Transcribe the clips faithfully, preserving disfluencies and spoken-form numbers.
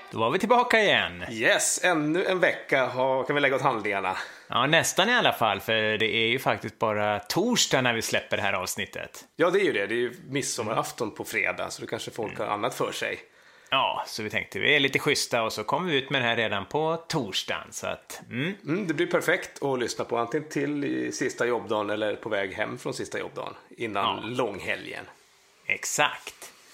Då var vi tillbaka igen. Yes, ännu en vecka har, kan vi lägga åt handlingarna. Ja, nästan i alla fall, för det är ju faktiskt bara torsdag när vi släpper det här avsnittet. Ja, det är ju det. Det är ju midsommarafton på fredag, så då kanske folk Mm. har annat för sig. Ja, så vi tänkte vi är lite schyssta och så kommer vi ut med det här redan på torsdagen. Så att, mm. Mm, det blir perfekt att lyssna på antingen till i sista jobbdagen eller på väg hem från sista jobbdagen innan Ja. långhelgen. Exakt.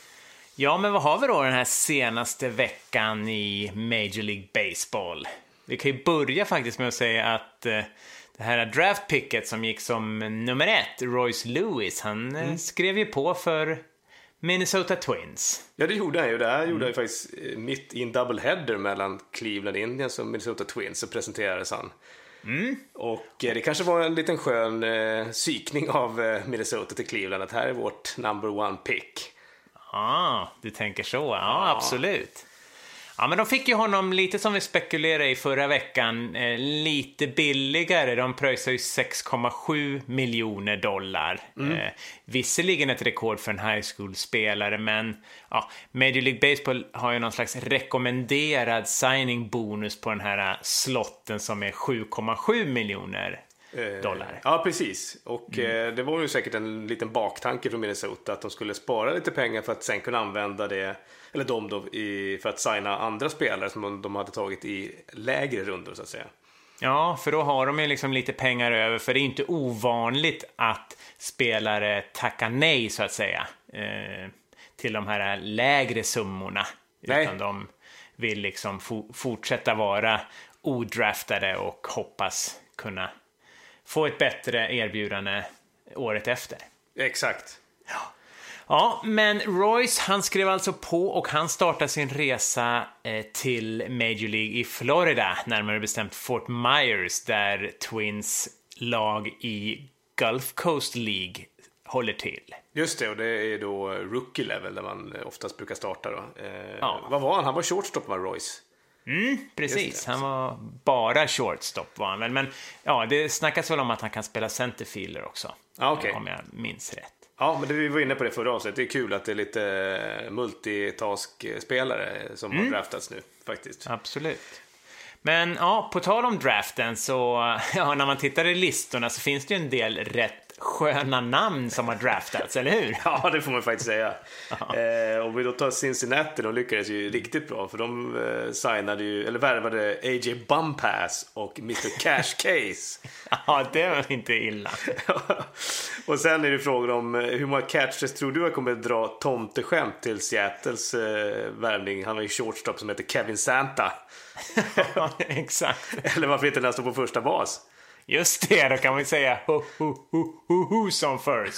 Ja, men vad har vi då den här senaste veckan i Major League Baseball? Vi kan ju börja faktiskt med att säga att eh, det här draftpicket som gick som nummer ett, Royce Lewis, han mm. skrev ju på för Minnesota Twins. Ja, det gjorde han ju. Det här gjorde han ju faktiskt mitt i en doubleheader mellan Cleveland Indians och Minnesota Twins, så presenterades han. Mm. Och eh, det kanske var en liten skön eh, psykning av eh, Minnesota till Cleveland, att här är vårt number one pick. Ja, ah, du tänker så. Ja, ja, absolut. Ja, men de fick ju honom lite som vi spekulerade i förra veckan, eh, lite billigare. De pröjsade ju sex komma sju miljoner dollar. Mm. Eh, visserligen ett rekord för en high school-spelare, men ja, Major League Baseball har ju någon slags rekommenderad signing-bonus på den här slotten som är sju komma sju miljoner dollar. Eh, ja, precis. Och mm. eh, det var ju säkert en liten baktanke från Minnesota att de skulle spara lite pengar för att sen kunna använda det, eller de då, i, för att signa andra spelare som de hade tagit i lägre rundor, så att säga. Ja, för då har de ju liksom lite pengar över, för det är inte ovanligt att spelare tackar nej, så att säga, eh, till de här lägre summorna. Nej. Utan de vill liksom fo- fortsätta vara odraftade och hoppas kunna få ett bättre erbjudande året efter. Exakt. Ja. Ja, men Royce, han skrev alltså på och han startade sin resa eh, till Major League i Florida, närmare bestämt Fort Myers, där Twins lag i Gulf Coast League håller till. Just det, och det är då rookie level där man oftast brukar starta då. Eh, ja. Vad var han? Han var shortstop, var Royce? Mm, precis. Han var bara shortstop var han väl. Men ja, det snackas väl om att han kan spela centerfielder också. Ah, okay. Om jag minns rätt. Ja, men det, vi var inne på det förra avsnittet. Det är kul att det är lite multitask-spelare som mm. har draftats nu, faktiskt. Absolut. Men ja, på tal om draften så, ja, när man tittar i listorna så finns det ju en del rätt sköna namn som har draftats, eller hur? Ja, det får man faktiskt säga. eh, om vi då tar Cincinnati, de lyckades ju riktigt bra, för de eh, signade ju, eller värvade A J Bumpass och mister Cash Case. Ja, det var inte illa. Och sen är det frågan om hur många catchers tror du jag kommer dra tomteskämt till Seattles eh, värvning. Han var ju shortstop som heter Kevin Santa. Ja, exakt. Eller varför inte nästa på första bas? Just det, då kan man ju säga ho, ho, ho, ho, ho som first.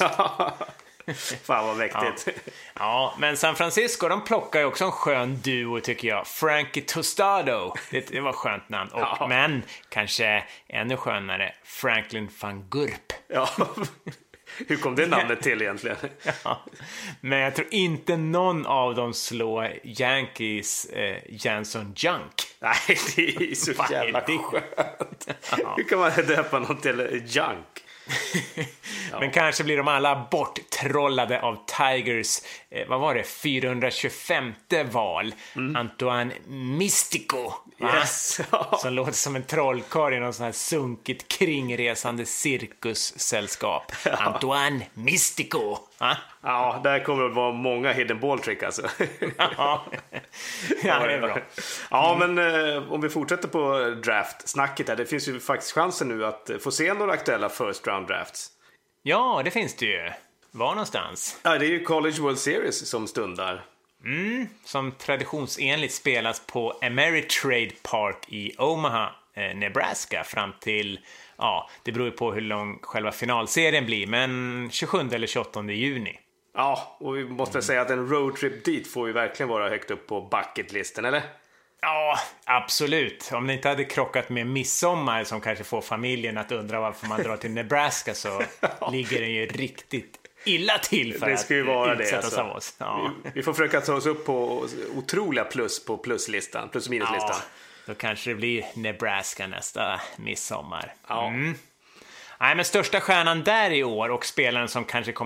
Fan vad mäktigt. Ja. Ja, men San Francisco, de plockar ju också en skön duo tycker jag. Frankie Tostado, det, det var skönt namn. Och, ja. Men kanske ännu skönare, Franklin van Gurp. Ja. Hur kom det namnet till egentligen? Ja. Men jag tror inte någon av dem slår Yankees eh, Janson Junk. Nej, det är så Fan, jävla det skönt. Ja. Hur kan man döpa någon till Junk? Ja. Men kanske blir de alla borttrollade av Tigers, eh, vad var det, fyrahundratjugofemte val. Mm. Antoine Mystico, yes. Ja. Som låter som en trollkarl i någon sån här sunkigt kringresande cirkussällskap. Ja. Antoine Mystico. Va? Ja, där kommer det att vara många hidden ball trick alltså. Ja, ja det är bra. Ja, men eh, om vi fortsätter på draft-snacket här, det finns ju faktiskt chansen nu att få se några aktuella first round drafts. Ja, det finns det ju. Var någonstans? Ja, det är ju College World Series som stundar. Mm, som traditionsenligt spelas på Ameritrade Park i Omaha, eh, Nebraska fram till, ja, det beror ju på hur lång själva finalserien blir, men tjugosjunde eller tjugoåttonde juni. Ja, och vi måste mm. säga att en roadtrip dit får ju verkligen vara högt upp på bucketlisten, eller? Ja, absolut. Om det inte hade krockat med midsommar som kanske får familjen att undra varför man drar till Nebraska, så ja. ligger den ju riktigt illa till för det ska ju att vara utsätta det, oss av oss. Ja. Vi, vi får försöka ta oss upp på otroliga plus på pluslistan, plus och minuslistan. Ja, då kanske det blir Nebraska nästa midsommar. Ja. Mm. Nej, men största stjärnan där i år och spelaren som kanske kommer att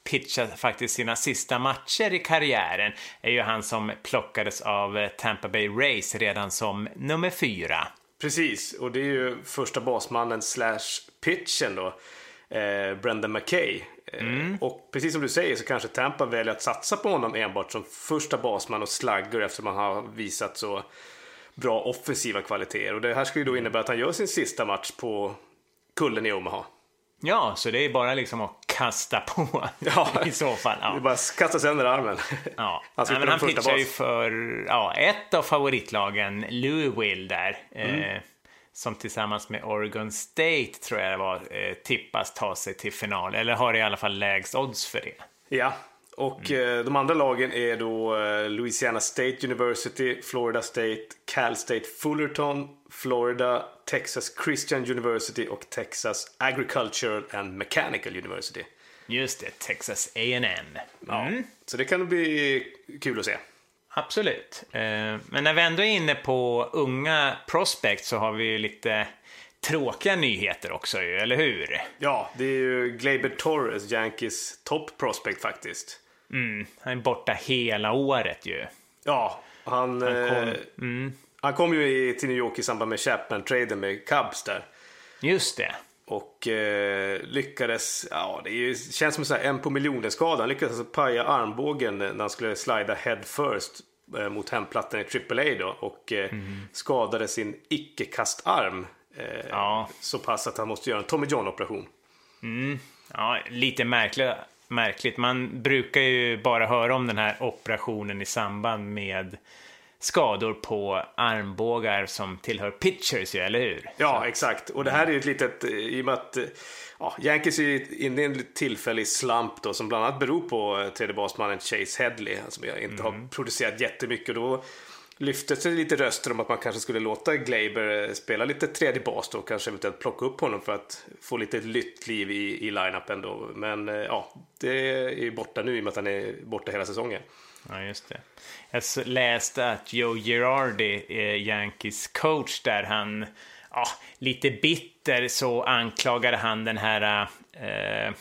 pitcha faktiskt sina sista matcher i karriären är ju han som plockades av Tampa Bay Rays redan som nummer fyra. Precis, och det är ju första basmannen slash pitchen då, eh, Brendan McKay. Mm. Och precis som du säger så kanske Tampa väljer att satsa på honom enbart som första basman och slagger eftersom han har visat så bra offensiva kvaliteter. Och det här skulle ju då innebära att han gör sin sista match på kullen i Omaha. Ja, så det är bara liksom att kasta på ja, i så fall. Ja. Det är bara att kasta sönder armen. Ja. Han, Nej, men han pitchar ju för ja, ett av favoritlagen, Louisville där. Mm. Eh, som tillsammans med Oregon State tror jag det var eh, tippas ta sig till final. Eller har i alla fall lägst odds för det. Ja, och mm. eh, de andra lagen är då eh, Louisiana State University, Florida State, Cal State Fullerton, Florida, Texas Christian University och Texas Agricultural and Mechanical University. Just det, Texas A and M. Mm. Ja, så det kan bli kul att se. Absolut. Men när vi ändå är inne på unga prospects så har vi ju lite tråkiga nyheter också, eller hur? Ja, det är ju Gleyber Torres, Yankees top prospect faktiskt. Mm, han är borta hela året ju. Ja, han, han, kom, eh, mm. han kom ju till New York i samband med Chapman-traden med Cubs där. Just det. Och eh, lyckades, ja det är ju, känns som så här en på miljoner skada. Han lyckades alltså paja armbågen när han skulle slida head first eh, mot hemplattan i triple A då. Och eh, mm. skadade sin icke-kastarm eh, ja. så pass att han måste göra en Tommy John-operation. Mm. Ja, lite märkligt, märkligt. Man brukar ju bara höra om den här operationen i samband med skador på armbågar som tillhör pitchers, eller hur? Ja, så. Exakt. Och det här är ju ett litet, i och med att ja, Yankees är inne i en tillfällig slump då, som bland annat beror på tredje basmannen Chase Headley, som jag inte mm. har producerat jättemycket. Och då lyfte sig lite röster om att man kanske skulle låta Gleyber spela lite tredje bas då, kanske eventuellt plocka upp honom för att få lite lytt liv i, i line-upen då. Men ja, det är borta nu i och med att han är borta hela säsongen. Ja, just det. Jag läste att Joe Girardi, eh, Yankees coach där, han ja, lite bitter så anklagade han den här eh,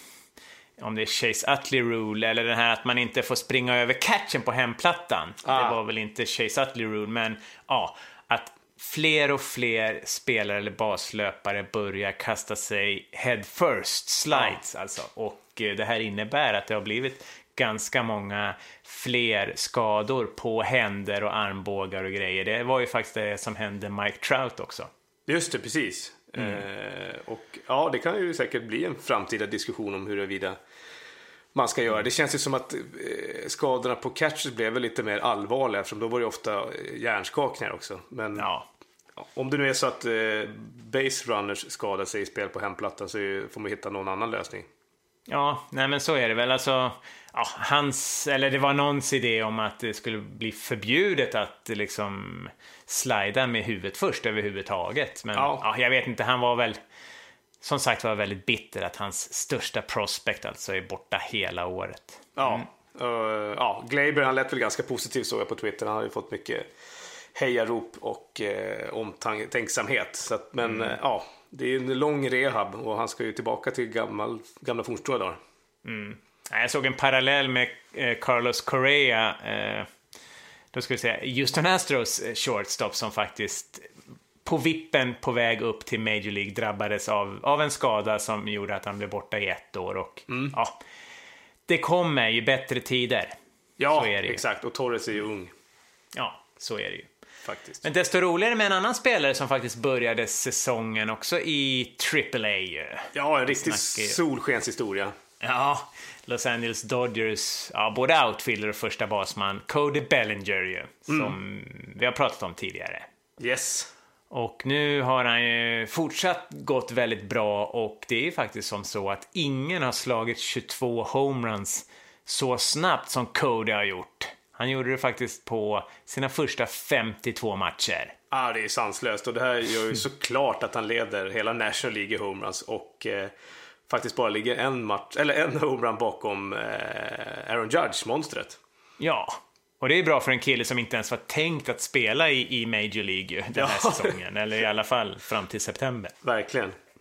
om det är Chase Utley rule eller den här att man inte får springa över catchen på hemplattan. Ah. Det var väl inte Chase Utley rule, men ja, att fler och fler spelare eller baslöpare börjar kasta sig head first slides ah. alltså, och eh, det här innebär att det har blivit ganska många fler skador på händer och armbågar och grejer. Det var ju faktiskt det som hände Mike Trout också. Just det, precis. Mm. Eh, och ja, det kan ju säkert bli en framtida diskussion om huruvida man ska göra. Det känns ju som att eh, skadorna på catchers blev väl lite mer allvarliga, eftersom då var det ofta hjärnskakningar också. Men ja. Om det nu är så att eh, base runners skadar sig i spel på hemplattan så får man hitta någon annan lösning. Ja, nej men så är det väl. Alltså, ja, hans, eller det var någons idé om att det skulle bli förbjudet att liksom slida med huvudet först överhuvudtaget. Men ja. Ja, jag vet inte, han var väl som sagt var väldigt bitter att hans största prospect alltså är borta hela året. Ja, mm. uh, ja Gleyber, han lät väl ganska positiv, såg jag på Twitter. Han har ju fått mycket hejarop och uh, omtänksamhet. Så att, men mm. uh, ja, det är en lång rehab och han ska ju tillbaka till gammal, gamla fornstora dagar. Mm. Jag såg en parallell med eh, Carlos Correa, eh, då ska vi säga Houston Astros shortstop, som faktiskt på vippen på väg upp till Major League drabbades av, av en skada som gjorde att han blev borta i ett år. Och mm. ja, det kommer ju bättre tider. Ja, så är det ju. Exakt. Och Torres är ju ung. Ja, så är det ju. Faktiskt. Men desto roligare med en annan spelare som faktiskt började säsongen också i triple A. Ja, en riktig solskenshistoria. Ja, Los Angeles Dodgers, ja, både outfielder och första basman Cody Bellinger ju, som mm. vi har pratat om tidigare. Yes. Och nu har han ju fortsatt gått väldigt bra, och det är faktiskt som så att ingen har slagit tjugotvå homeruns så snabbt som Cody har gjort. Han gjorde det faktiskt på sina första femtiotvå matcher. Ja, ah, det är sanslöst, och det här gör ju såklart att han leder hela National League i homeruns och eh, faktiskt bara ligger en match eller en homerun bakom eh, Aaron Judge, monstret. Ja, och det är bra för en kille som inte ens var tänkt att spela i, i Major League den här ja. säsongen, eller i alla fall fram till september. Verkligen.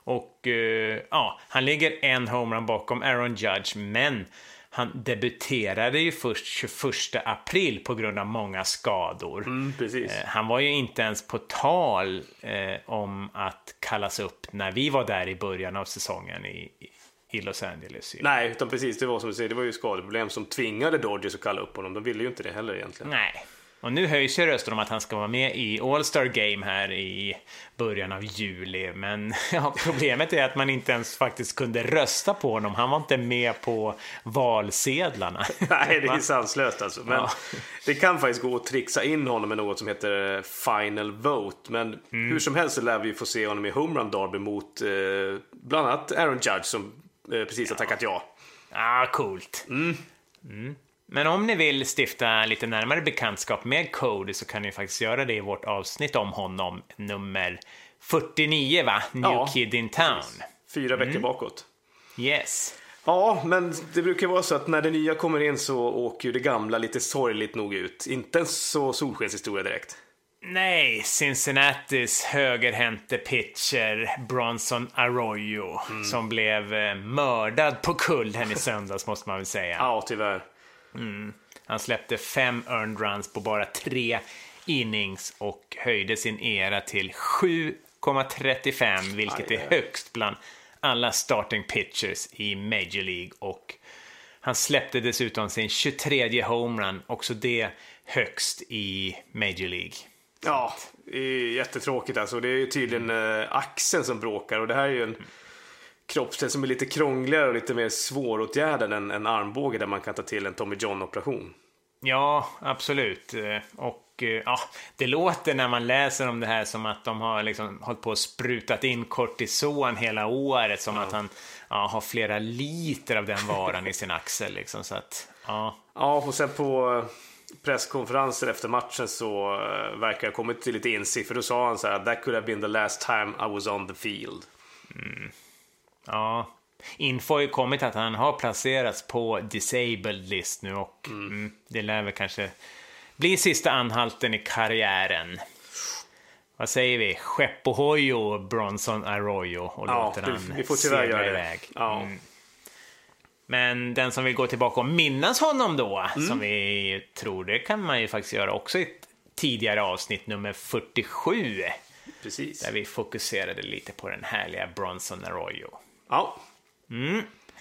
Och uh, ja, han ligger en homerun bakom Aaron Judge, men han debuterade ju först tjugoförsta april på grund av många skador. Mm, precis. Uh, han var ju inte ens på tal uh, om att kallas upp när vi var där i början av säsongen i, i Los Angeles. Nej, utan precis, det var som du säger, det var ju skadeproblem som tvingade Dodgers att kalla upp honom. De ville ju inte det heller egentligen. Nej. Och nu höjs ju rösten om att han ska vara med i All-Star Game här i början av juli. Men ja, problemet är att man inte ens faktiskt kunde rösta på honom. Han var inte med på valsedlarna. Nej, det är sanslöst alltså. Men ja. Det kan faktiskt gå att trixa in honom med något som heter Final Vote. Men mm. hur som helst så lär vi få se honom i Home Run Derby mot eh, bland annat Aaron Judge som eh, precis har tackat ja. Ja, ah, coolt. Mm. Mm. Men om ni vill stifta lite närmare bekantskap med Cody så kan ni faktiskt göra det i vårt avsnitt om honom, nummer fyrtionio, va? New ja, Kid in Town. Precis. Fyra veckor mm. bakåt. Yes. Ja, men det brukar vara så att när det nya kommer in så åker ju det gamla lite sorgligt nog ut. Inte en så solskenshistoria direkt. Nej, Cincinnatis högerhänte pitcher Bronson Arroyo mm. som blev mördad på kullen i söndags, måste man väl säga. Ja, tyvärr. Mm. Han släppte fem earned runs på bara tre innings och höjde sin era till sju komma trettiofem, vilket aj, aj. är högst bland alla starting pitchers i Major League. Och han släppte dessutom sin tjugotredje homerun, också det högst i Major League. Ja, det är jättetråkigt alltså. Det är ju tydligen mm. äh, axeln som bråkar, och det här är ju en mm. kroppsdel som är lite krångligare och lite mer svåråtgärdad än en armbåge där man kan ta till en Tommy John-operation. Ja, absolut. Och ja, det låter när man läser om det här som att de har liksom hållit på och sprutat in kortison hela året, som ja. att han ja, har flera liter av den varan i sin axel liksom, så att ja. Ja, och sen på presskonferenser efter matchen så uh, verkar jag ha kommit till lite insikt, för då sa han så här: that could have been the last time I was on the field. Mm. Ja, info har ju kommit att han har placerats på disabled list nu, och mm. Mm, det lär väl kanske bli sista anhalten i karriären. Vad säger vi? Skeppohojo Bronson Arroyo, och ja, låter han vi får tyvärr göra iväg. Ja. Mm. Men den som vill gå tillbaka och minnas honom då, mm. som vi tror, det kan man ju faktiskt göra också i ett tidigare avsnitt, nummer fyrtiosju. Precis. Där vi fokuserade lite på den härliga Bronson Arroyo. Ja. Mm.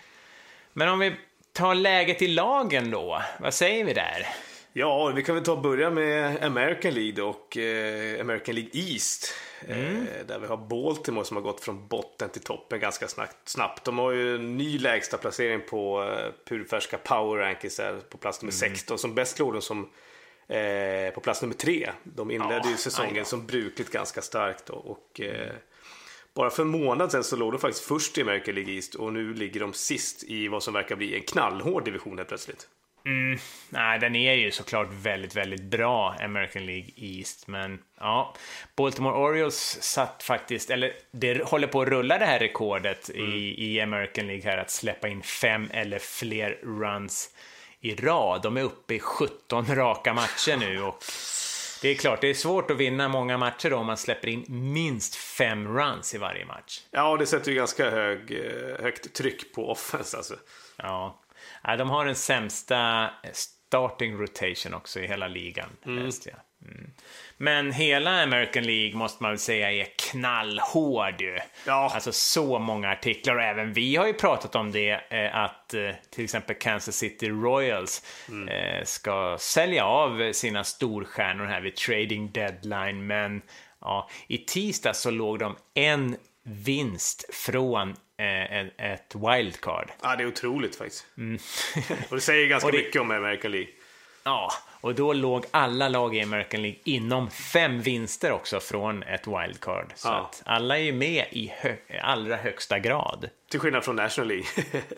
Men om vi tar läget i lagen då, vad säger vi där? Ja, vi kan väl ta och börja med American League och eh, American League East. Mm. Eh, där vi har Baltimore som har gått från botten till toppen ganska snabbt. De har ju en ny lägsta placering på eh, purfärska power rankings där, på plats nummer mm. sexton. Som bäst låg de som eh, på plats nummer tre. De inledde ja, ju säsongen som brukligt ganska starkt då, och eh, bara för en månad sedan så låg de faktiskt först i American League East, och nu ligger de sist i vad som verkar bli en knallhård division helt plötsligt. Mm, nej, den är ju såklart väldigt, väldigt bra, American League East. Men ja, Baltimore Orioles satt faktiskt, eller det håller på att rulla det här rekordet mm. i, i American League här, att släppa in fem eller fler runs i rad. De är uppe i sjutton raka matcher nu, och det är klart, det är svårt att vinna många matcher då om man släpper in minst fem runs i varje match. Ja, det sätter ju ganska hög, högt tryck på offense alltså. Ja, de har den sämsta starting rotation också i hela ligan. Mm. Mm. Men hela American League måste man väl säga är knallhård ju. Ja. Alltså så många artiklar, och även vi har ju pratat om det, att till exempel Kansas City Royals mm. ska sälja av sina storstjärnor här vid trading deadline. Men ja, i tisdag så låg de en vinst från eh, ett wildcard. Ja, det är otroligt faktiskt. Mm. Och det säger ganska det, mycket om American League. Ja, och då låg alla lag i American League inom fem vinster också från ett wildcard. Så ja. att alla är ju med i hö- allra högsta grad. Till skillnad från National League.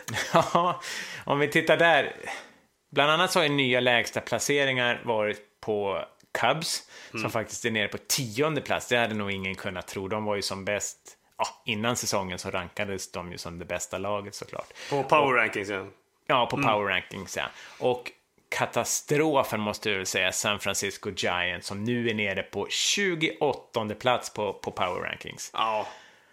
Ja, om vi tittar där. Bland annat så har nya lägsta placeringar varit på Cubs, mm. som faktiskt är nere på tionde plats. Det hade nog ingen kunnat tro. De var ju som bäst. Ja, innan säsongen så rankades de ju som det bästa laget såklart. På power rankings, ja. Ja, på mm. power rankings, ja. Och katastrofen måste jag väl säga, San Francisco Giants, som nu är nere på tjugoåttonde plats på, på power rankings. Ja.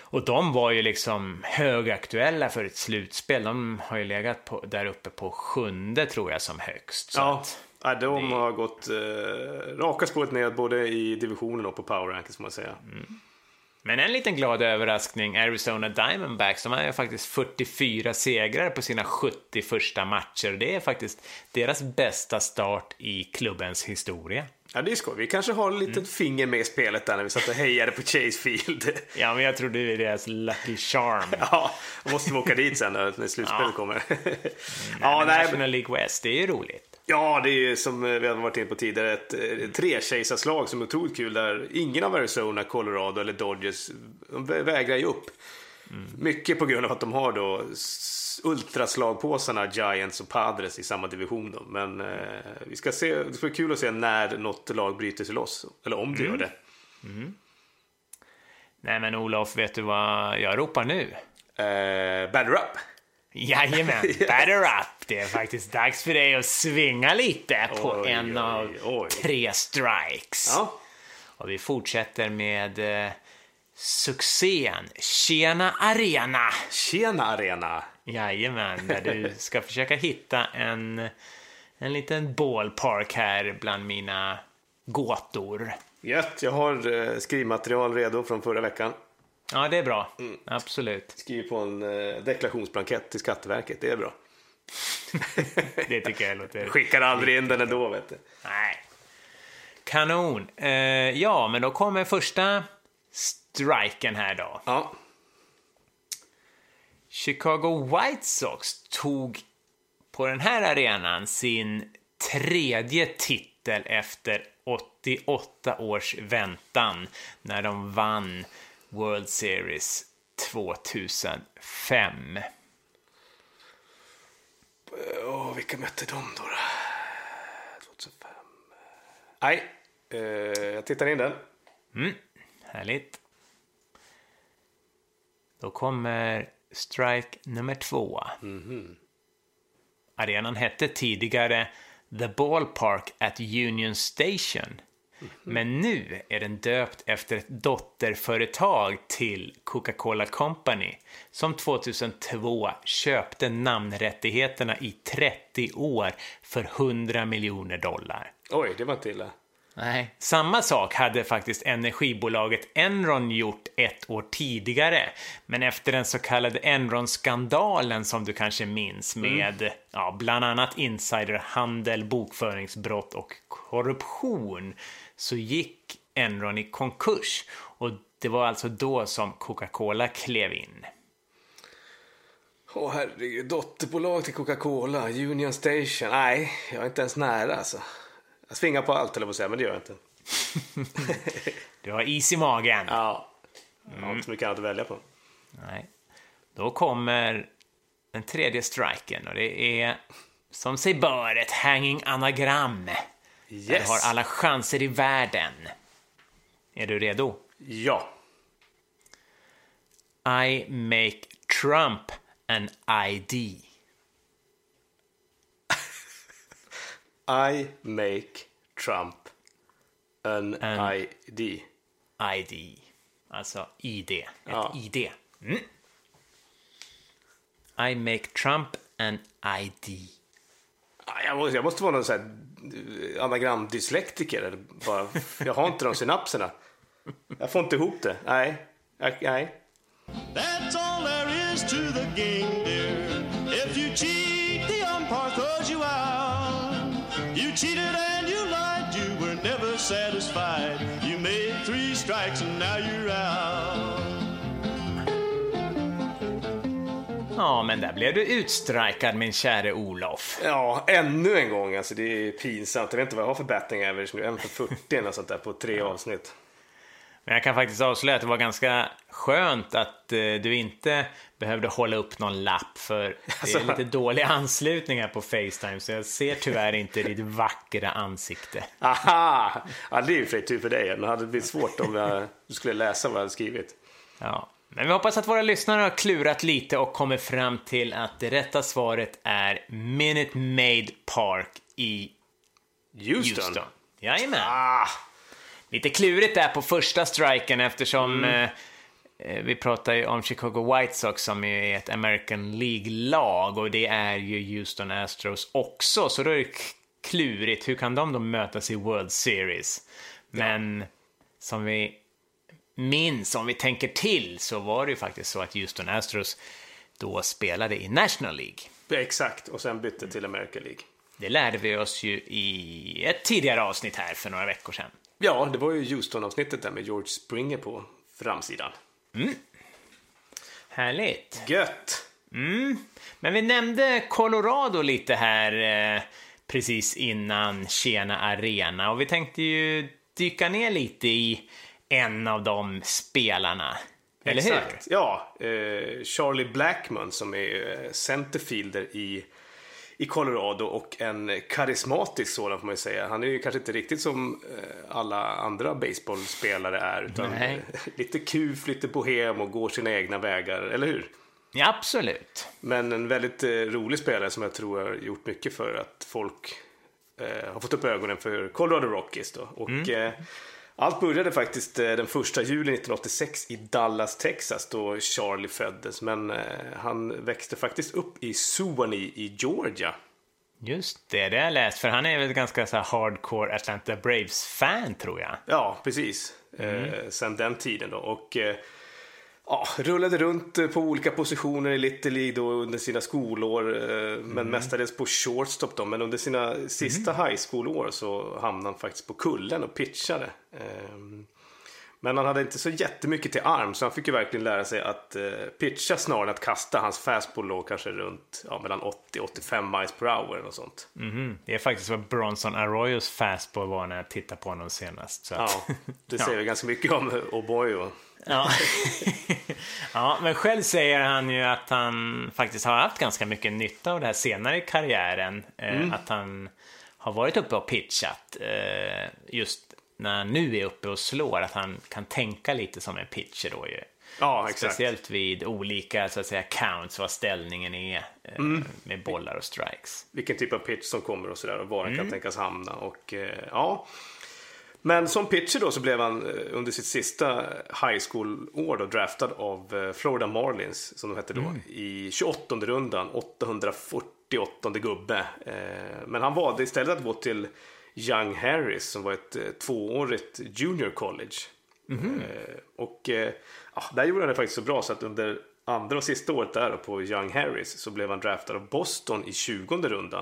Och de var ju liksom högaktuella för ett slutspel. De har ju legat på, där uppe på sjunde tror jag som högst. Så ja, att, ja, de det... har gått eh, raka spåret ner både i divisionen och på power rankings, får man säga. Mm. Men en liten glad överraskning, Arizona Diamondbacks, de har ju faktiskt fyrtiofyra segrar på sina sjuttio första matcher. Det är faktiskt deras bästa start i klubbens historia. Ja, det är skoj. Vi kanske har ett litet mm. finger med i spelet där när vi satt och hejade på Chase Field. Ja, men jag tror det är deras lucky charm. Ja, då måste vi åka dit sen när slutspelet ja. kommer. Mm, ja, nej, National League West, det är ju roligt. Ja, det är ju som vi har varit inne på tidigare ett, ett tre-kejsarslag som är otroligt kul där ingen av Arizona, Colorado eller Dodgers de vägrar ju upp. Mm. Mycket på grund av att de har då ultraslagpåsarna Giants och Padres i samma division då. Men eh, vi ska se, det ska bli kul att se när något lag bryter sig loss, eller om det mm. gör det. Mm. Nej men Olof, vet du vad jag ropar nu? Eh, batter up! Jajamän, batter up! Det är faktiskt dags för dig att svinga lite på oj, en oj, av oj. tre strikes. Ja. Och vi fortsätter med eh, succén Tjena Arena. Tjena Arena. Jajamän, där du ska försöka hitta en, en liten ballpark här bland mina gåtor. Gött, jag har eh, skrivmaterial redo från förra veckan. Ja, det är bra. Mm. Absolut. Skriv på en eh, deklarationsblankett till Skatteverket, det är bra. Det tycker jag låter... Skickar aldrig in den ändå, vet du. Nej. Kanon. Eh, ja, men då kommer första striken här då. Ja. Chicago White Sox tog på den här arenan sin tredje titel efter åttioåtta års väntan när de vann World Series tvåtusenfem. Åh, vilka mötte de då? tvåtusenfem. Nej, eh, jag tittar in den. Mm, härligt. Då kommer strike nummer två. Mm-hmm. Arenan hette tidigare The Ballpark at Union Station. Mm-hmm. Men nu är den döpt efter ett dotterföretag till Coca-Cola Company som tvåtusentvå köpte namnrättigheterna i trettio år för hundra miljoner dollar. Oj, det var inte illa. Nej. Samma sak hade faktiskt energibolaget Enron gjort ett år tidigare. Men efter den så kallade Enron-skandalen som du kanske minns med mm. ja, bland annat insiderhandel, bokföringsbrott och korruption så gick Enron i konkurs. Och det var alltså då som Coca-Cola klev in. Åh oh, herregud, dotterbolag till Coca-Cola, Union Station. Nej, jag är inte ens nära alltså. Jag svingar på allt eller vad säga, men det gör jag inte. Du har is i magen. Ja, jag har inte så mycket annat att välja på. Nej. Då kommer den tredje striken och det är som sig bör ett hanging anagram. Yes. Du har alla chanser i världen. Är du redo? Ja. I make Trump an I D. I make Trump an, an I D. I D. Alltså I D. Ett ja. I D. Mm. I make Trump an I D. Jag måste, jag måste vara någon sån här anagram-dyslektiker. Eller bara, jag har inte de synapserna. Jag får inte ihop det. Nej. Nej. That's all there is to the game, dear. If you cheat, the umpire throws you out. You cheated and you lied, you were never satisfied. You made three strikes and now you're out. Ja, men där blev du utstrikad, min käre Olof. Ja, ännu en gång. Alltså, det är pinsamt. Jag vet inte vad jag har för batting average nu. En för fyrtio eller sånt där på tre ja. avsnitt. Men jag kan faktiskt avslöja att det var ganska skönt att eh, du inte behövde hålla upp någon lapp. För det är lite dålig anslutning här på FaceTime. Så jag ser tyvärr inte ditt vackra ansikte. Aha! Ja, det är ju för tur för dig. Det hade blivit svårt om jag skulle läsa vad jag hade skrivit. Ja. Men vi hoppas att våra lyssnare har klurat lite och kommer fram till att det rätta svaret är Minute Maid Park i Houston. Houston. Jajamän. Ah. Lite klurigt där på första striken eftersom mm. eh, vi pratar ju om Chicago White Sox som är ett American League-lag, och det är ju Houston Astros också, så då är det klurigt. Hur kan de då mötas i World Series? Men ja. Som vi minns, om vi tänker till, så var det ju faktiskt så att Houston Astros då spelade i National League. Ja, exakt, och sen bytte till American League. Det lärde vi oss ju i ett tidigare avsnitt här för några veckor sedan. Ja, det var ju Houston-avsnittet där med George Springer på framsidan. Mm. Härligt. Gött. Mm. Men vi nämnde Colorado lite här eh, precis innan Kena Arena, och vi tänkte ju dyka ner lite i en av de spelarna. Eller Exakt. hur? Ja, eh, Charlie Blackmon som är centerfielder i i Colorado, och en karismatisk sådan får man ju säga. Han är ju kanske inte riktigt som alla andra baseballspelare är, utan Nej. lite kuf, lite bohem och går sina egna vägar, eller hur? Ja, absolut. Men en väldigt rolig spelare som jag tror har gjort mycket för att folk eh, har fått upp ögonen för Colorado Rockies då. Och mm. eh, allt började faktiskt den första juli nittonhundraåttiosex i Dallas, Texas, då Charlie föddes. Men eh, han växte faktiskt upp i Suwanee i Georgia. Just det, det har jag läst. För han är väl ganska så här hardcore Atlanta Braves-fan, tror jag. Ja, precis. Mm. Eh, sen den tiden då. Och eh, ja, rullade runt på olika positioner i Little League då under sina skolår. Eh, mm. Men mestadels på shortstop då. Men under sina sista mm. high school-år så hamnade han faktiskt på kullen och pitchade. Eh, men han hade inte så jättemycket till arm, så han fick ju verkligen lära sig att eh, pitcha snarare än att kasta. Hans fastball låg kanske runt ja, mellan åttio till åttiofem miles per hour och sånt. Mm-hmm. Det är faktiskt vad Bronson Arroyos fastball var när jag tittade på honom senast. Så att... Ja, det säger ja. ganska mycket om Oboyo. Ja. Ja, men själv säger han ju att han faktiskt har haft ganska mycket nytta av det här senare i karriären. Mm. Eh, att han har varit uppe och pitchat eh, just när han nu är uppe och slår, att han kan tänka lite som en pitcher då ju. Ja, exakt. Speciellt vid olika så att säga counts, vad ställningen är eh, mm. med bollar och strikes. Vilken typ av pitch som kommer och sådär, och var den mm. kan tänkas hamna. Och eh, ja, men som pitcher då så blev han under sitt sista high school-år då draftad av Florida Marlins, som de hette då, mm. i tjugoåttonde rundan, åttahundrafyrtioåttonde gubbe. Eh, men han valde istället att gå till Young Harris, som var ett eh, tvåårigt junior college. Mm-hmm. Eh, och eh, ja, där gjorde han det faktiskt så bra så att under andra och sista året där på Young Harris så blev han draftad av Boston i tjugonde rundan.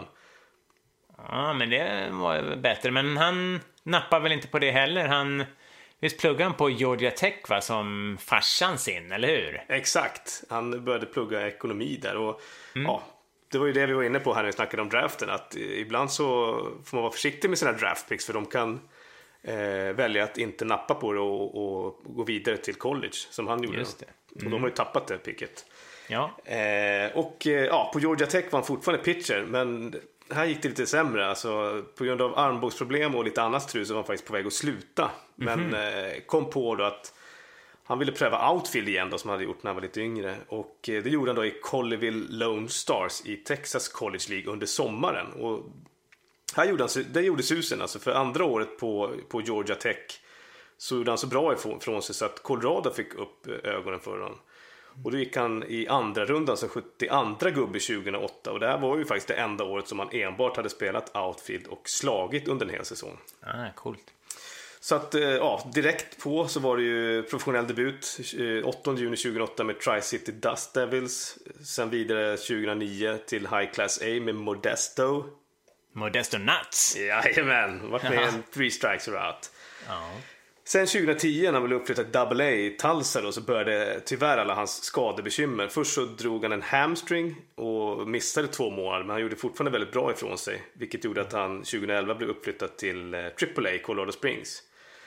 Ja, men det var bättre. Men han nappar väl inte på det heller. Han, visst pluggade han på Georgia Tech, va, som farsan sin, eller hur? Exakt, han började plugga ekonomi där. Och mm. ja, det var ju det vi var inne på här när vi snackade om draften, att ibland så får man vara försiktig med sina draftpicks, för de kan eh, välja att inte nappa på det och, och gå vidare till college, som han gjorde. Just det. Mm. Och de har ju tappat det picket. Ja. Eh, och eh, ja, på Georgia Tech var han fortfarande pitcher, men här gick det lite sämre. Alltså, på grund av armbågsproblem och lite annat strul så var han faktiskt på väg att sluta. Men mm-hmm. eh, kom på då att han ville pröva outfield igen då, som han hade gjort när han var lite yngre. Och eh, det gjorde han då i Colleyville Lone Stars i Texas College League under sommaren. Och här gjorde han, det gjorde susen. Alltså, för andra året på, på Georgia Tech så gjorde han så bra ifrån sig så att Colorado fick upp ögonen för honom. Och då gick han i andra rundan som sjuttioandra gubbe tjugohundraåtta. Och det här var ju faktiskt det enda året som han enbart hade spelat outfield och slagit under en hel säsong. Ah, coolt. Så att, ja, direkt på så var det ju professionell debut åttonde juni tjugohundraåtta med Tri-City Dust Devils. Sen vidare tjugohundranio till High Class A med Modesto. Modesto Nuts! Jajamän, vart med en three strikes or out. Ja. Sen tjugohundratio när han blev uppflyttad double A i Tulsa då, så började tyvärr alla hans skadebekymmer. Först så drog han en hamstring och missade två månader, men han gjorde fortfarande väldigt bra ifrån sig, vilket gjorde att han tjugohundraelva blev uppflyttad till eh, triple A Colorado Springs.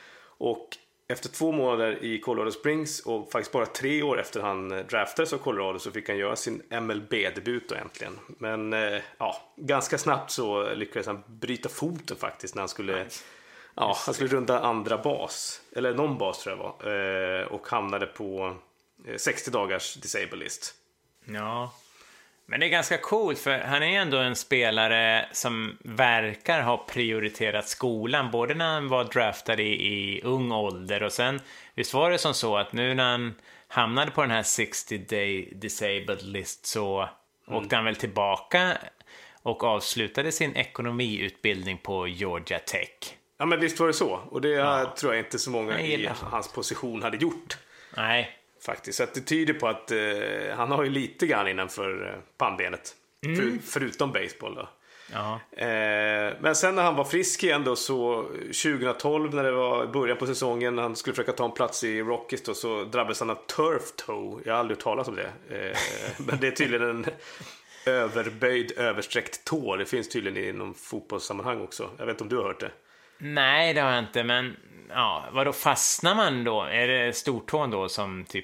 Och efter två månader i Colorado Springs och faktiskt bara tre år efter han draftades av Colorado så fick han göra sin M L B-debut då äntligen. Men eh, ja, ganska snabbt så lyckades han bryta foten faktiskt när han skulle... Ja, han skulle runda andra bas, eller någon bas tror jag var, och hamnade på sextio dagars disabled list. Ja, men det är ganska coolt, för han är ändå en spelare som verkar ha prioriterat skolan, både när han var draftad i, i ung ålder och sen, visst var det som så att nu när han hamnade på den här sextio day disabled list så mm. åkte han väl tillbaka och avslutade sin ekonomiutbildning på Georgia Tech. Ja, men visst var det så. Och det ja. tror jag inte så många i hans position hade gjort. Nej. Faktiskt. Så att det tyder på att eh, han har ju lite grann innanför eh, pannbenet. Mm. För, förutom baseball då. Ja. Eh, men sen när han var frisk igen då, så tjugohundratolv när det var början på säsongen, han skulle försöka ta en plats i Rockies då, så drabbades han av turf toe. Jag har aldrig hört talas om det. Eh, men det är tydligen en överböjd, översträckt tå. Det finns tydligen i någon fotbollssammanhang också. Jag vet inte om du har hört det. Nej, det har jag inte, men ja, vadå fastnar man då? Är det stortån då som typ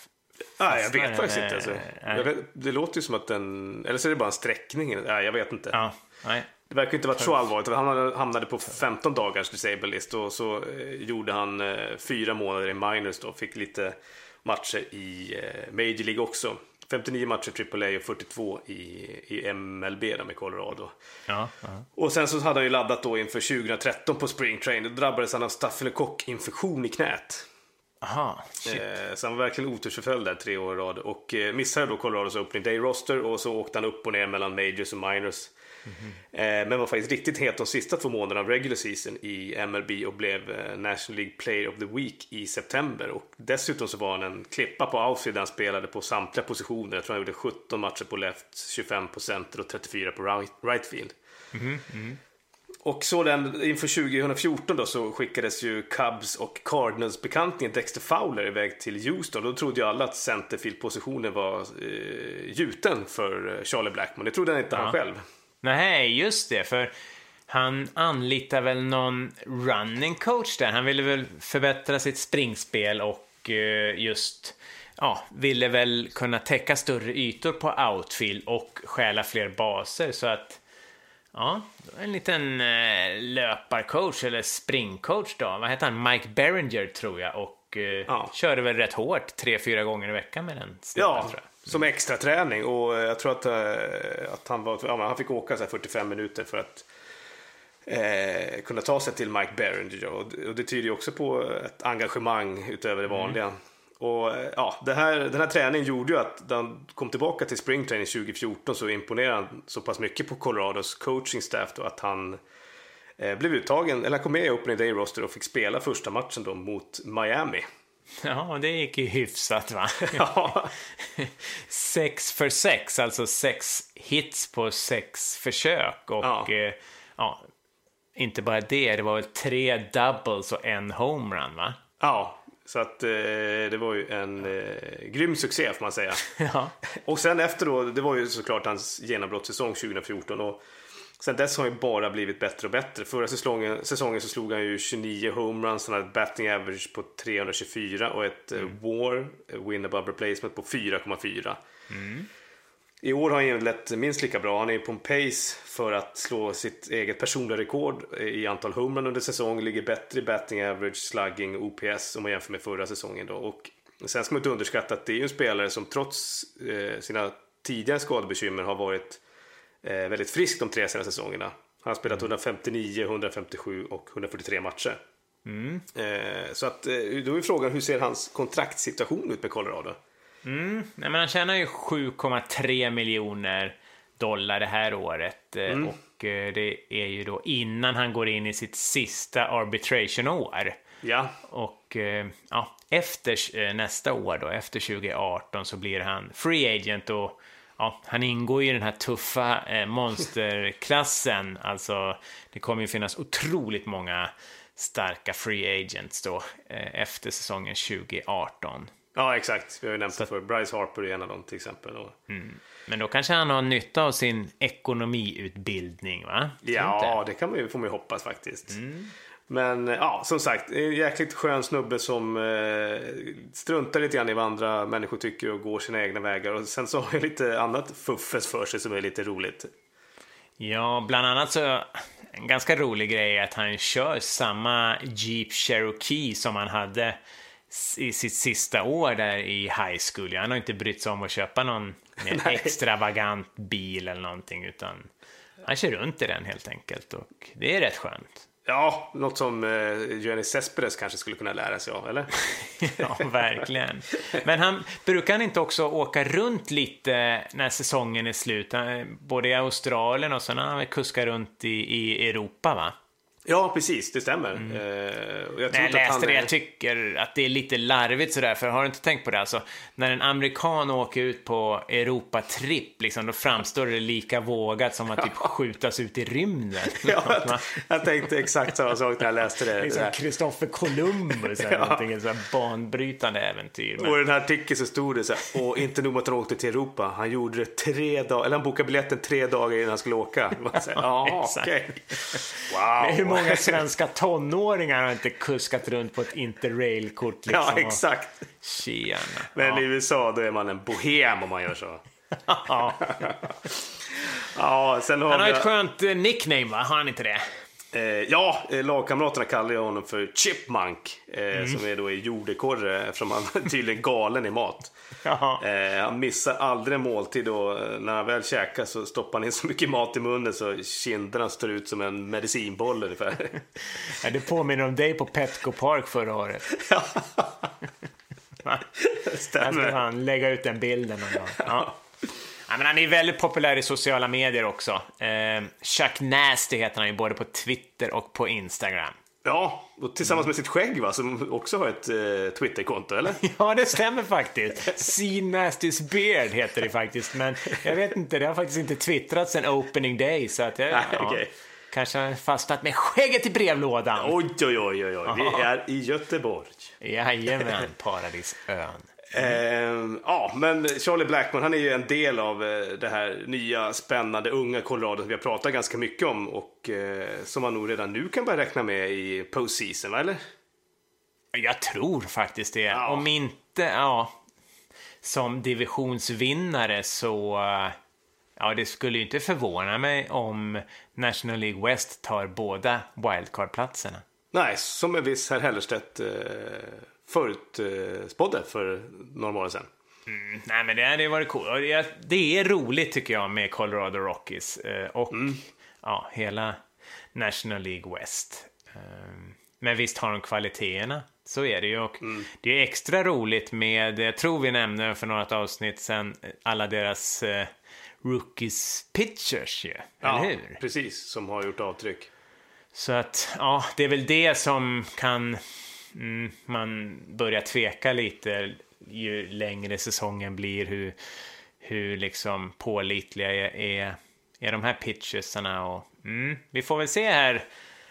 Nej, jag vet faktiskt inte. Alltså. Jag vet, det låter ju som att den... Eller så är det bara en sträckning. Nej, jag vet inte. Ja, nej. Det verkar inte varit så allvarligt. Han hamnade på femton dagars disabled list. Och så eh, gjorde han eh, fyra månader i minors då. Fick lite matcher i eh, Major League också. femtionio matcher triple A och fyrtiotvå i, i M L B där med Colorado. Ja, ja. Och sen så hade han ju laddat då inför tjugohundratretton på Spring Train. Då drabbades han av stafylokock-infektion i knät. Aha, shit. Eh, så han var verkligen otursförföljd där tre år i rad. Och eh, missade då Colorados opening day roster. Och så åkte han upp och ner mellan majors och minors. Mm-hmm. eh, Men var faktiskt riktigt het de sista två månaderna av regular season i M L B. Och blev eh, National League Player of the Week i september. Och dessutom så var han en klippa på outfield där han spelade på samtliga positioner. Jag tror han gjorde sjutton matcher på left, tjugofem på center och trettiofyra på right, right field. Mm-hmm. Mm. Och så den, inför tjugohundrafjorton då, så skickades ju Cubs och Cardinals bekantningen Dexter Fowler iväg till Houston. Då trodde ju alla att centerfield-positionen var eh, gjuten för Charlie Blackmon. Det trodde han inte ja. han själv. Nej, just det, för han anlitar väl någon running coach där. Han ville väl förbättra sitt springspel och eh, just ja, ville väl kunna täcka större ytor på outfield och stjäla fler baser, så att ja, en liten eh, löparcoach eller springcoach då. Vad heter han? Mike Berringer tror jag. Och eh, ja. körde väl rätt hårt tre, fyra gånger i veckan med den snabben, ja, tror jag. Mm. Som extra träning. Och jag tror att, eh, att han, var, ja, han fick åka så här fyrtiofem minuter för att eh, kunna ta sig till Mike Berringer. Och, och det tyder ju också på ett engagemang utöver det vanliga. Mm. Och ja, det här, den här träningen gjorde ju att när han kom tillbaka till Spring Training tjugohundrafjorton så imponerade han så pass mycket på Colorados coaching staff då, att han eh, blev uttagen, eller han kom med i opening day roster och fick spela första matchen då mot Miami. Ja, det gick ju hyfsat, va? Ja. sex för sex, alltså sex hits på sex försök. Och ja. Eh, ja, inte bara det, det var väl tre doubles och en homerun, va? Ja. Så att eh, det var ju en eh, grym succé får man säga. Ja. Och sen efter då, det var ju såklart hans genombrottssäsong tjugohundrafjorton. Och sen dess har han ju bara blivit bättre och bättre. Förra säsongen, säsongen så slog han ju tjugonio homeruns. Han hade ett batting average på trehundratjugofyra och ett mm. war, win above replacement på fyra komma fyra. Mm. I år har han inlett minst lika bra. Han är på en pace för att slå sitt eget personliga rekord i antal homerun under säsongen. Ligger bättre i batting average, slugging, O P S om man jämför med förra säsongen då. Och sen ska man inte underskatta att det är en spelare som trots eh, sina tidigare skadebekymmer har varit eh, väldigt frisk de tre senaste säsongerna. Han har spelat mm. hundrafemtionio, hundrafemtiosju och hundrafyrtiotre matcher. Mm. Eh, så att, eh, då är frågan, hur ser hans kontraktssituation ut med Colorado? Mm. Nej, men han tjänar ju sju komma tre miljoner dollar det här året. Mm. Och eh, det är ju då innan han går in i sitt sista arbitration-år. Ja. Och eh, ja, efter eh, nästa år då, efter tjugoarton, så blir han free agent. Och ja, han ingår i den här tuffa eh, monsterklassen. Alltså, det kommer ju finnas otroligt många starka free agents då eh, efter säsongen tjugoarton. Ja, exakt. Vi har ju nämnt det för. Bryce Harper är en av dem till exempel. Mm. Men då kanske han har nytta av sin ekonomiutbildning, va? Ja, det kan man ju, får man ju hoppas faktiskt. Mm. Men ja, som sagt, en jäkligt skön snubbe som eh, struntar lite grann i vad andra människor tycker och går sina egna vägar. Och sen så har jag lite annat fuffes för sig som är lite roligt. Ja, bland annat så en ganska rolig grej är att han kör samma Jeep Cherokee som han hade i sitt sista år där i high school. Han har inte brytt sig om att köpa någon extravagant bil eller någonting, utan han kör runt i den helt enkelt, och det är rätt skönt. Ja, något som eh, Gianni Cespedes kanske skulle kunna lära sig av, eller? Ja, verkligen. Men han brukar han inte också åka runt lite när säsongen är slut? Både i Australien och så när han kuskar runt i, i Europa, va? Ja, precis, det stämmer. Mm. Uh, och jag, när jag läste han... det, jag tycker att det är lite larvigt sådär, för har du inte tänkt på det? Alltså, när en amerikan åker ut på Europa-tripp, liksom, då framstår det lika vågat som att typ skjutas ut i rymden. Ja, jag, jag tänkte exakt samma sak när jag läste det. Liksom Christopher Columbus, ja. Någonting, en sån här banbrytande äventyr. Men... Och i den här artikeln så stod det så här, och inte nog med att han åkte till Europa, han gjorde det tre dagar, eller han bokade biljetten tre dagar innan han skulle åka. Ja, okej. Wow. Många svenska tonåringar har inte kuskat runt på ett interrailkort liksom. Ja, exakt. Tjena. Men ja. i U S A då är man en bohem om man gör så. Ja. Ja, sen har han har vi... ett skönt nickname, va? Har han inte det? Eh, ja, lagkamraterna kallar jag honom för Chipmunk, eh, mm. som är då i jordekorre eftersom han är tydligen galen i mat. Eh, han missar aldrig en måltid och när han väl käkar så stoppar han in så mycket mat i munnen så kinderna står ut som en medicinboll ungefär. Ja, det påminner om dig på Petco Park förra året. Ja. Stämmer. Jag ska han lägga ut den bilden någon gång. Ja. Ja, men han är väldigt populär i sociala medier också. Eh, Chuck Nasty heter han ju både på Twitter och på Instagram. Ja, och tillsammans med sitt skägg, va, som också har ett eh, Twitterkonto, eller? Ja, det stämmer faktiskt. See Nasty's Beard heter det faktiskt. Men jag vet inte, det har faktiskt inte twittrat sedan opening day. Så att jag, Nej, ja, okay. Kanske har fastnat med skägget i brevlådan. Oj, oj, oj, oj, oj. Vi är i Göteborg. Jajamän, Paradisön. Mm. Eh, ja, men Charlie Blackmon, han är ju en del av eh, det här nya spännande unga Colorado som vi har pratat ganska mycket om och eh, som man nog redan nu kan börja räkna med i postseason, eller? Jag tror faktiskt det. Ja. Om inte, ja, som divisionsvinnare så, ja, det skulle ju inte förvåna mig om National League West tar båda wildcard-platserna. Nej, som en viss herr Hellerstedt eh, förutspådde för några månader sedan. Mm, nej, men det hade varit coolt. Det, det är roligt tycker jag med Colorado Rockies eh, och mm. ja, hela National League West. Eh, men visst har de kvaliteterna, så är det ju. Och mm. det är extra roligt med, jag tror vi nämnde för några avsnitt sedan, alla deras eh, rookies pitchers ju, ja, eller hur? Precis, som har gjort avtryck. Så att, ja, det är väl det som kan mm, man börja tveka lite ju längre säsongen blir, hur, hur liksom pålitliga är, är, är de här pitchersarna. Och mm, vi får väl se här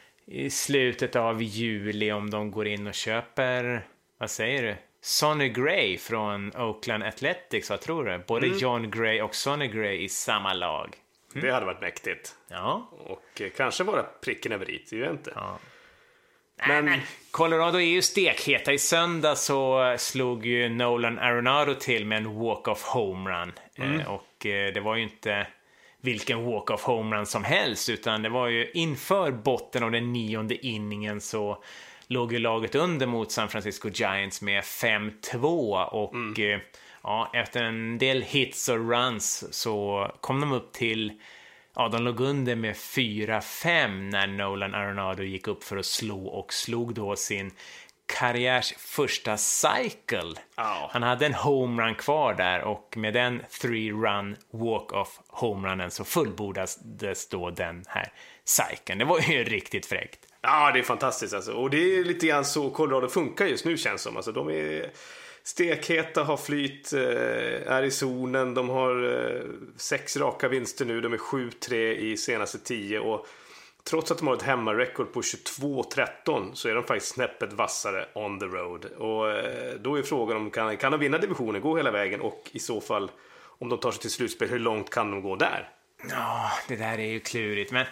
i slutet av juli om de går in och köper, vad säger du? Sonny Gray från Oakland Athletics, vad tror du? Både mm. John Gray och Sonny Gray i samma lag. Mm. Det hade varit mäktigt. Ja. Och eh, kanske vara pricken över i, det är ju inte. Ja. Men... Nej, men Colorado är ju stekheta. I söndag så slog ju Nolan Arenado till med en walk-off homerun. Mm. Eh, och eh, det var ju inte vilken walk-off homerun som helst, utan det var ju inför botten av den nionde inningen så låg ju laget under mot San Francisco Giants med fem två och mm. eh, ja, efter en del hits och runs så kom de upp till, ja, de låg under med fyra fem när Nolan Arenado gick upp för att slå och slog då sin karriärs första cycle. Oh. Han hade en homerun kvar där och med den three-run walk-off homerunnen så fullbordades då den här cykeln. Det var ju riktigt fräckt. Ja, det är fantastiskt alltså. Och det är lite grann så Colorado funkar just nu, känns som. Alltså, de är stekheta, har flyt, eh, är i zonen. De har eh, sex raka vinster nu. De är sju tre i senaste tio. Och trots att de har ett hemmarekord på tjugotvå tretton så är de faktiskt snäppet vassare on the road. Och eh, då är frågan om kan, kan de vinna divisionen, gå hela vägen, och i så fall om de tar sig till slutspel, hur långt kan de gå där? Ja, det där är ju klurigt, men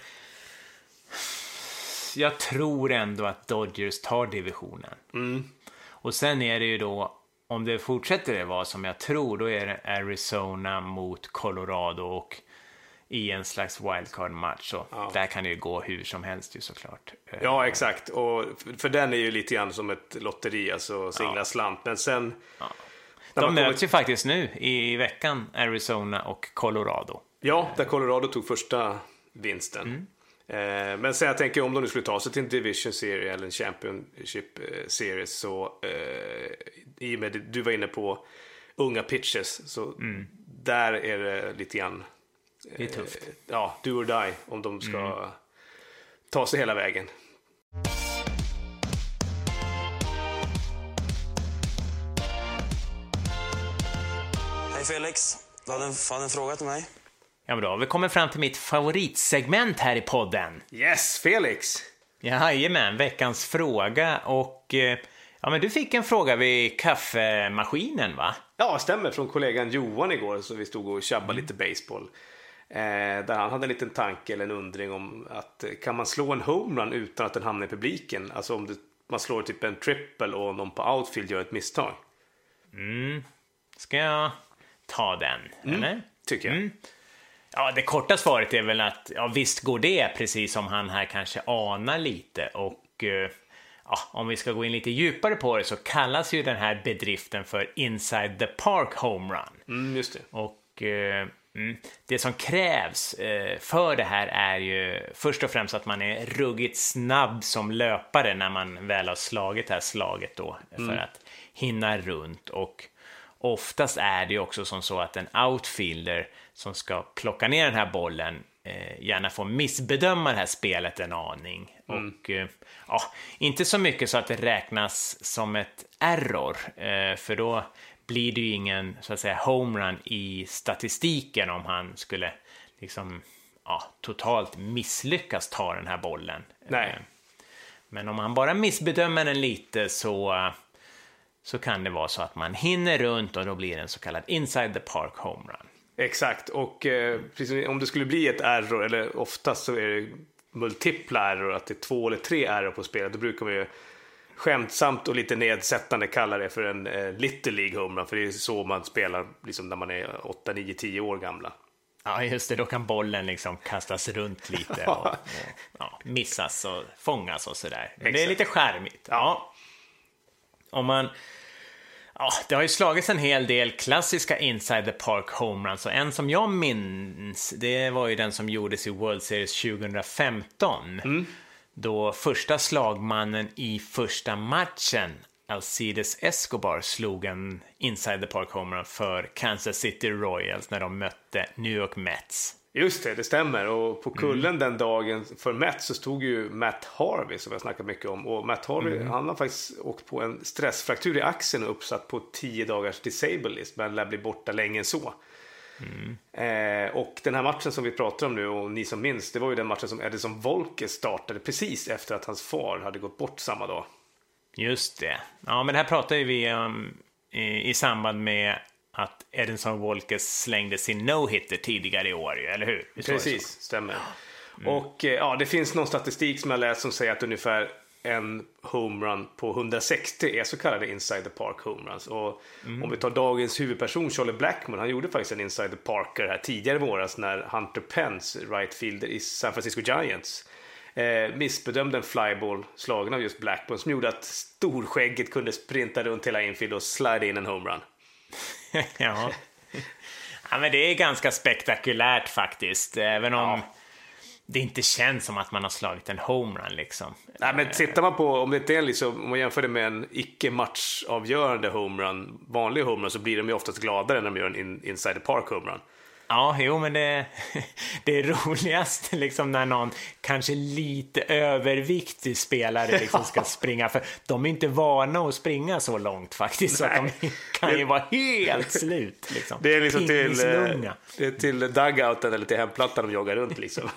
jag tror ändå att Dodgers tar divisionen. Mm. Och sen är det ju då, om det fortsätter det vara som jag tror, då är det Arizona mot Colorado och i en slags wildcard-match. Så ja. Där kan det ju gå hur som helst ju såklart. Ja, exakt. Och för den är ju lite grann som ett lotteri, alltså singla ja. slant. Men sen... Ja. De möts kommer... ju faktiskt nu i veckan, Arizona och Colorado. Ja, där Colorado tog första vinsten. Mm. Eh, men sen jag tänker om de nu skulle ta sig till en division serie eller en championship eh, series så eh, i och med det, du var inne på unga pitchers så mm. där är det lite grann eh, det är tufft. Ja, do or die om de ska mm. ta sig hela vägen. Hej Felix, du hade en, hade en fråga till mig. Ja, men då har vi kommit fram till mitt favoritsegment här i podden. Yes, Felix! Jajamän, veckans fråga. Och eh, ja, men du fick en fråga vid kaffemaskinen, va? Ja, stämmer. Från kollegan Johan igår, så vi stod och tjabbade mm. lite baseball. Eh, där han hade en liten tanke eller en undring om att kan man slå en homerun utan att den hamnar i publiken? Alltså om det, man slår typ en triple och någon på outfield gör ett misstag. Mm. Ska jag ta den, mm. eller? Tycker jag. Mm. Ja, det korta svaret är väl att ja, visst går det, precis som han här kanske anar lite. Och eh, ja, om vi ska gå in lite djupare på det så kallas ju den här bedriften för inside the park home run. Mm, just det. Och eh, mm, det som krävs eh, för det här är ju först och främst att man är ruggigt snabb som löpare när man väl har slagit det här slaget då, mm. för att hinna runt. Och oftast är det ju också som så att en outfielder som ska plocka ner den här bollen eh, gärna får missbedöma det här spelet en aning. Mm. Och eh, ja, inte så mycket så att det räknas som ett error, eh, för då blir det ju ingen så att säga homerun i statistiken om han skulle liksom ja, totalt misslyckas ta den här bollen. Nej. Eh, men om han bara missbedömer den lite så så kan det vara så att man hinner runt och då blir det en så kallad inside the park home run. Exakt, och eh, precis, om det skulle bli ett error, eller oftast så är det multipla error, att det är två eller tre error på spelet, då brukar man ju skämtsamt och lite nedsättande kalla det för en eh, little league home run, för det är så man spelar liksom när man är åtta, nio, tio år gamla. Ja, just det, då kan bollen liksom kastas runt lite och, och ja, missas och fångas och sådär. Men det är lite charmigt. Ja. Om man Ja, det har ju slagits en hel del klassiska inside the park home runs, och en som jag minns, det var ju den som gjordes i World Series tjugohundrafemton. Mm. Då första slagmannen i första matchen, Alcides Escobar, slog en inside the park home run för Kansas City Royals när de mötte New York Mets. Just det, det stämmer. Och på kullen mm. den dagen för Mets så stod ju Matt Harvey, som jag snackat mycket om. Och Matt Harvey, mm. han har faktiskt åkt på en stressfraktur i axeln och uppsatt på tio dagars disable list, men lär bli borta länge än så. Mm. Eh, och den här matchen som vi pratar om nu, och ni som minns, det var ju den matchen som Edison Volquez startade precis efter att hans far hade gått bort samma dag. Just det. Ja, men det här pratar ju vi om i, i samband med att Edinson Volquez slängde sin no-hitter tidigare i år, eller hur? Precis, stämmer. Mm. Och ja, det finns någon statistik som jag läst som säger att ungefär en homerun på hundrasextio är så kallade inside the park homeruns. Och mm. om vi tar dagens huvudperson, Charlie Blackmon, han gjorde faktiskt en inside the parker här tidigare i våras när Hunter Pence, right fielder i San Francisco Giants, eh, missbedömde en flyball slagen av just Blackmon som gjorde att storskägget kunde sprinta runt hela infield och slide in en homerun. Ja. Ja, men det är ganska spektakulärt faktiskt, även om ja. det inte känns som att man har slagit en homerun liksom. Nej, men tittar man på, om det inte är liksom, om man jämför det med en icke-matchavgörande homerun, vanlig homerun, så blir de ju oftast gladare när de gör en in, inside the park homerun. Ja, jo, men det, det är roligast liksom när någon kanske lite överviktig spelare liksom ska springa, för de är inte vana att springa så långt faktiskt, så att de kan ju vara helt slut liksom. Det är liksom till, det är till dugouten eller till hemplattan de joggar runt liksom.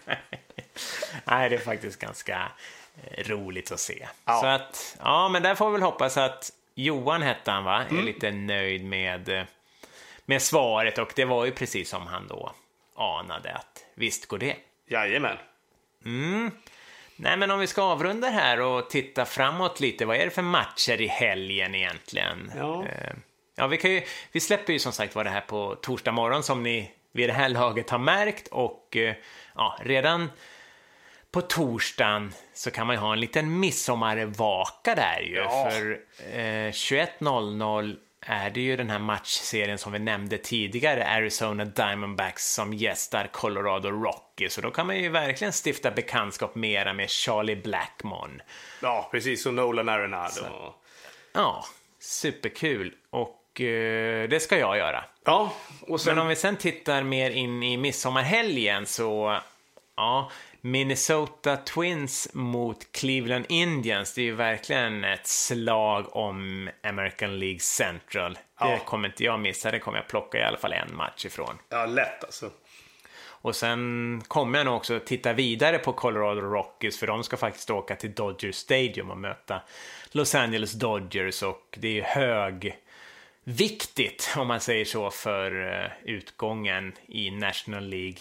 Nej, det är faktiskt ganska roligt att se. Ja. Så att, ja, men där får vi väl hoppas att Johan hette han, va? Mm. Är lite nöjd med med svaret, och det var ju precis som han då anade att visst går det. Jajamän. Mm. Nej, men om vi ska avrunda här och titta framåt lite, vad är det för matcher i helgen egentligen? Ja, eh, ja vi, kan ju, vi släpper ju som sagt var det här på torsdag morgon, som ni vid det här laget har märkt, och eh, ja, redan på torsdagen så kan man ju ha en liten midsommarvaka där ju, ja. För eh, tjugoett noll noll är det ju den här matchserien som vi nämnde tidigare, Arizona Diamondbacks som gästar Colorado Rockies. Så då kan man ju verkligen stifta bekantskap mera med Charlie Blackmon. Ja, precis. Och Nolan Arenado. Så. Ja, superkul. Och eh, det ska jag göra. Ja, och sen... Men om vi sen tittar mer in i midsommarhelgen så... Ja, Minnesota Twins mot Cleveland Indians. Det är ju verkligen ett slag om American League Central. Ja. Det kommer inte jag missa. Det kommer jag plocka i alla fall en match ifrån. Ja, lätt alltså. Och sen kommer jag nog också titta vidare på Colorado Rockies. För de ska faktiskt åka till Dodger Stadium och möta Los Angeles Dodgers. Och det är ju hög... viktigt, om man säger så, för utgången i National League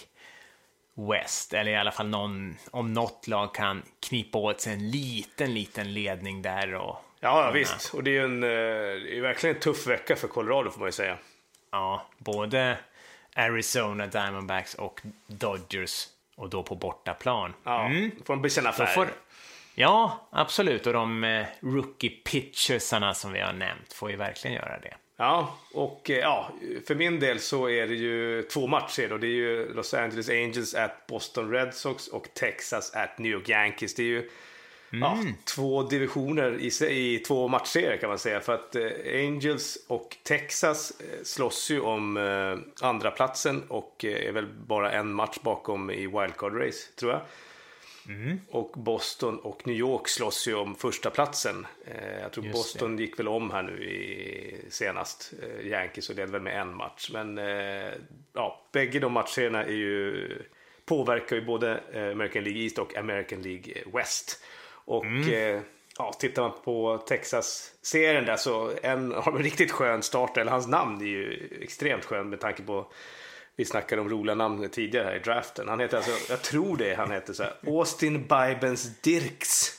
West, eller i alla fall någon, om något lag kan knipa åt sig en liten, liten ledning där. Och ja, ja visst. Och det är ju en, det är verkligen en tuff vecka för Colorado, får man ju säga. Ja, både Arizona Diamondbacks och Dodgers, och då på bortaplan. Ja, mm. får de bekänna färg. Får, ja, absolut. Och de eh, rookie pitchersarna som vi har nämnt får ju verkligen göra det. Ja, och ja, för min del så är det ju två matcher och det är ju Los Angeles Angels at Boston Red Sox och Texas at New York Yankees. Det är ju mm. ja, två divisioner i, i två matcher kan man säga, för att eh, Angels och Texas eh, slåss ju om eh, andra platsen och eh, är väl bara en match bakom i wildcard-race, tror jag. Mm. Och Boston och New York slåss ju om första platsen. Eh, jag tror Just Boston det. gick väl om här nu i senast eh, Yankees, och det är väl med en match. Men eh, ja, bägge de matcherna är ju, påverkar ju både eh, American League East och American League West. Och mm. eh, ja, tittar man på Texas-serien där, så en har en riktigt skön start, eller hans namn är ju extremt skön med tanke på, vi snackade om roliga namn tidigare här i draften. Han heter alltså, jag tror det, han heter så här, Austin Bybens Dirks.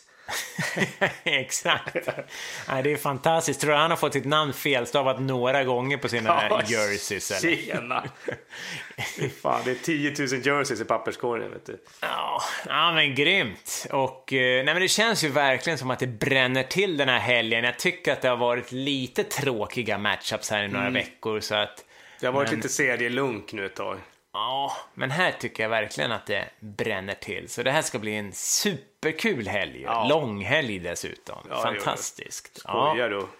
Exakt. Ja, det är fantastiskt. Tror du han har fått sitt namn felstavat några gånger på sina ja, jerseys? Eller? Tjena. Fan, det är tio tusen jerseys i papperskorgen, vet du. Ja, ja, men grymt. Och nej, men det känns ju verkligen som att det bränner till den här helgen. Jag tycker att det har varit lite tråkiga matchups här i några mm. veckor, så att det har varit men... lite serielunk nu ett tag. Ja, men här tycker jag verkligen att det bränner till. Så det här ska bli en superkul helg. Ja. Lång helg dessutom. Ja, fantastiskt. Skojar ja. du.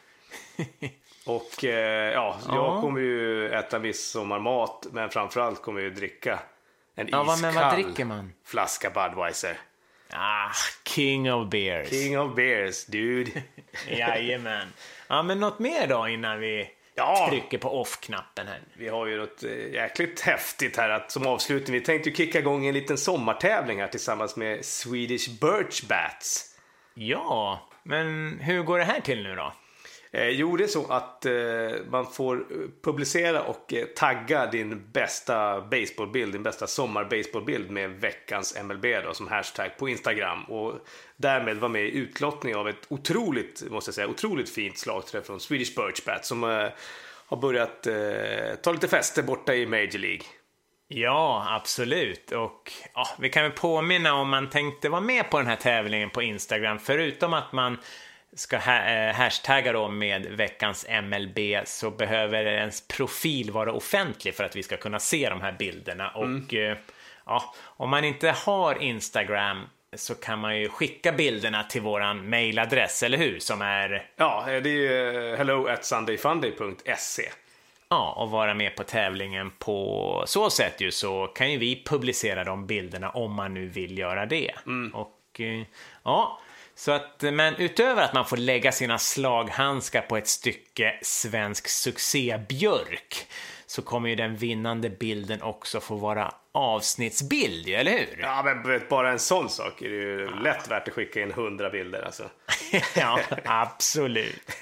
Och eh, ja, jag ja. kommer ju äta midsommarmat, men framförallt kommer jag ju dricka en ja, iskall men vad dricker man? Flaska Budweiser. Ah, King of Beers. King of Beers, dude. Jajamän. Ja, men något mer då innan vi... Ja. Trycker på off-knappen här. Vi har ju något jäkligt häftigt här att, som avslutning. Vi tänkte ju kicka igång en liten sommartävling här tillsammans med Swedish Birch Bats. Ja, men hur går det här till nu då? Eh, jo, det är så att eh, man får publicera och eh, tagga din bästa baseballbild, din bästa sommarbaseballbild med veckans M L B då, som hashtag på Instagram, och därmed vara med i utlottning av ett otroligt, måste jag säga, otroligt fint slagträ från Swedish Birch Bats som eh, har börjat eh, ta lite fäste borta i Major League. Ja, absolut. Och ja, vi kan väl påminna om man tänkte vara med på den här tävlingen på Instagram, förutom att man ska ha- hashtagga då med veckans M L B, så behöver ens profil vara offentlig för att vi ska kunna se de här bilderna. Mm. Och eh, ja, om man inte har Instagram så kan man ju skicka bilderna till våran mailadress, eller hur? Som är... Ja, det är ju hello at sundayfunday punkt se. Ja, och vara med på tävlingen på så sätt ju, så kan ju vi publicera de bilderna om man nu vill göra det. Mm. Och eh, ja... Så att, men utöver att man får lägga sina slaghandskar på ett stycke svensk succébjörk, så kommer ju den vinnande bilden också få vara avsnittsbild, eller hur? Ja, men bara en sån sak är det ju ja. lätt värt att skicka in hundra bilder alltså. Ja, absolut.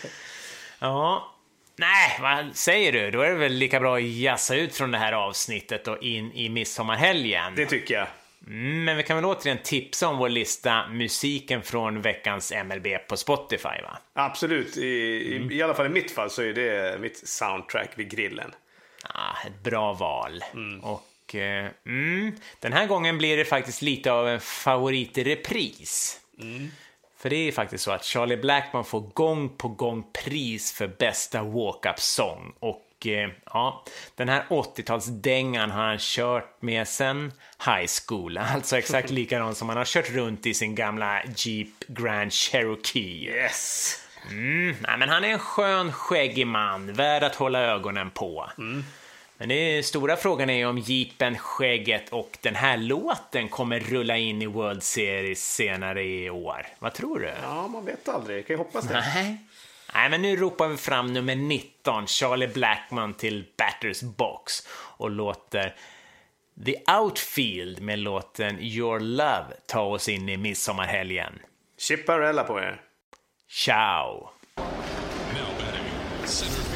Ja, nej, vad säger du? Då är det väl lika bra att jassa ut från det här avsnittet och in i midsommarhelgen. Det tycker jag. Mm, men vi kan väl återigen tipsa om vår lista musiken från veckans M L B på Spotify, va? Absolut, i, mm. i, i alla fall i mitt fall så är det mitt soundtrack vid grillen. Ah, ett bra val. Mm. Och eh, mm, den här gången blir det faktiskt lite av en favorit i repris. Mm. För det är ju faktiskt så att Charlie Blackmon får gång på gång pris för bästa walk-up-sång. Och eh, ja, den här åttiotalsdängan har han kört med sen high school. Alltså exakt likadant som han har kört runt i sin gamla Jeep Grand Cherokee. Yes! Mm, nej, men han är en skön, skäggig man, värd att hålla ögonen på. Mm. Men det stora frågan är om Jeepen, skägget och den här låten kommer rulla in i World Series senare i år. Vad tror du? Ja, man vet aldrig. Kan jag hoppas det? Nej. Nej, men nu ropar vi fram nummer nitton, Charlie Blackmon, till batters box och låter The Outfield med låten Your Love ta oss in i midsommarhelgen. Chipparella på er. Ciao. Now batting, center